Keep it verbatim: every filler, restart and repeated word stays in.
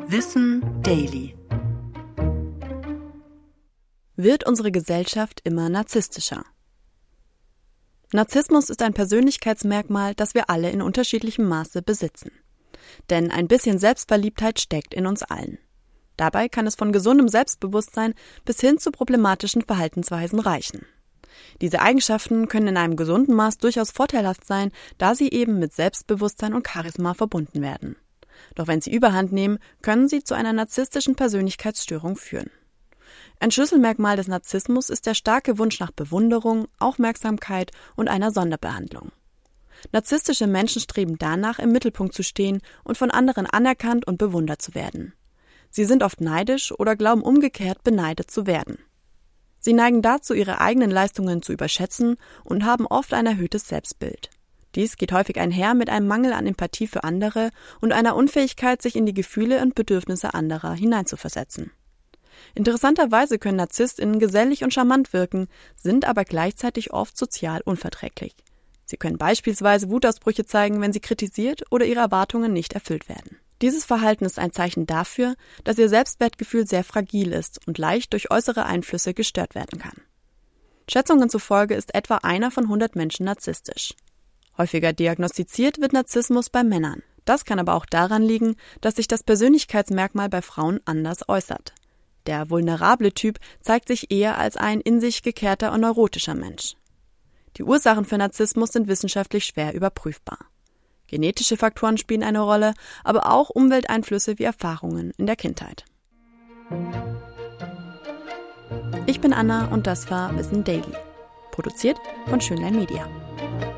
Wissen Daily. Wird unsere Gesellschaft immer narzisstischer? Narzissmus ist ein Persönlichkeitsmerkmal, das wir alle in unterschiedlichem Maße besitzen. Denn ein bisschen Selbstverliebtheit steckt in uns allen. Dabei kann es von gesundem Selbstbewusstsein bis hin zu problematischen Verhaltensweisen reichen. Diese Eigenschaften können in einem gesunden Maß durchaus vorteilhaft sein, da sie eben mit Selbstbewusstsein und Charisma verbunden werden. Doch wenn sie Überhand nehmen, können sie zu einer narzisstischen Persönlichkeitsstörung führen. Ein Schlüsselmerkmal des Narzissmus ist der starke Wunsch nach Bewunderung, Aufmerksamkeit und einer Sonderbehandlung. Narzisstische Menschen streben danach, im Mittelpunkt zu stehen und von anderen anerkannt und bewundert zu werden. Sie sind oft neidisch oder glauben umgekehrt, beneidet zu werden. Sie neigen dazu, ihre eigenen Leistungen zu überschätzen und haben oft ein erhöhtes Selbstbild. Dies geht häufig einher mit einem Mangel an Empathie für andere und einer Unfähigkeit, sich in die Gefühle und Bedürfnisse anderer hineinzuversetzen. Interessanterweise können NarzisstInnen gesellig und charmant wirken, sind aber gleichzeitig oft sozial unverträglich. Sie können beispielsweise Wutausbrüche zeigen, wenn sie kritisiert oder ihre Erwartungen nicht erfüllt werden. Dieses Verhalten ist ein Zeichen dafür, dass ihr Selbstwertgefühl sehr fragil ist und leicht durch äußere Einflüsse gestört werden kann. Schätzungen zufolge ist etwa einer von hundert Menschen narzisstisch. Häufiger diagnostiziert wird Narzissmus bei Männern. Das kann aber auch daran liegen, dass sich das Persönlichkeitsmerkmal bei Frauen anders äußert. Der vulnerable Typ zeigt sich eher als ein in sich gekehrter und neurotischer Mensch. Die Ursachen für Narzissmus sind wissenschaftlich schwer überprüfbar. Genetische Faktoren spielen eine Rolle, aber auch Umwelteinflüsse wie Erfahrungen in der Kindheit. Ich bin Anna und das war Wissen Daily, produziert von Schönlein Media.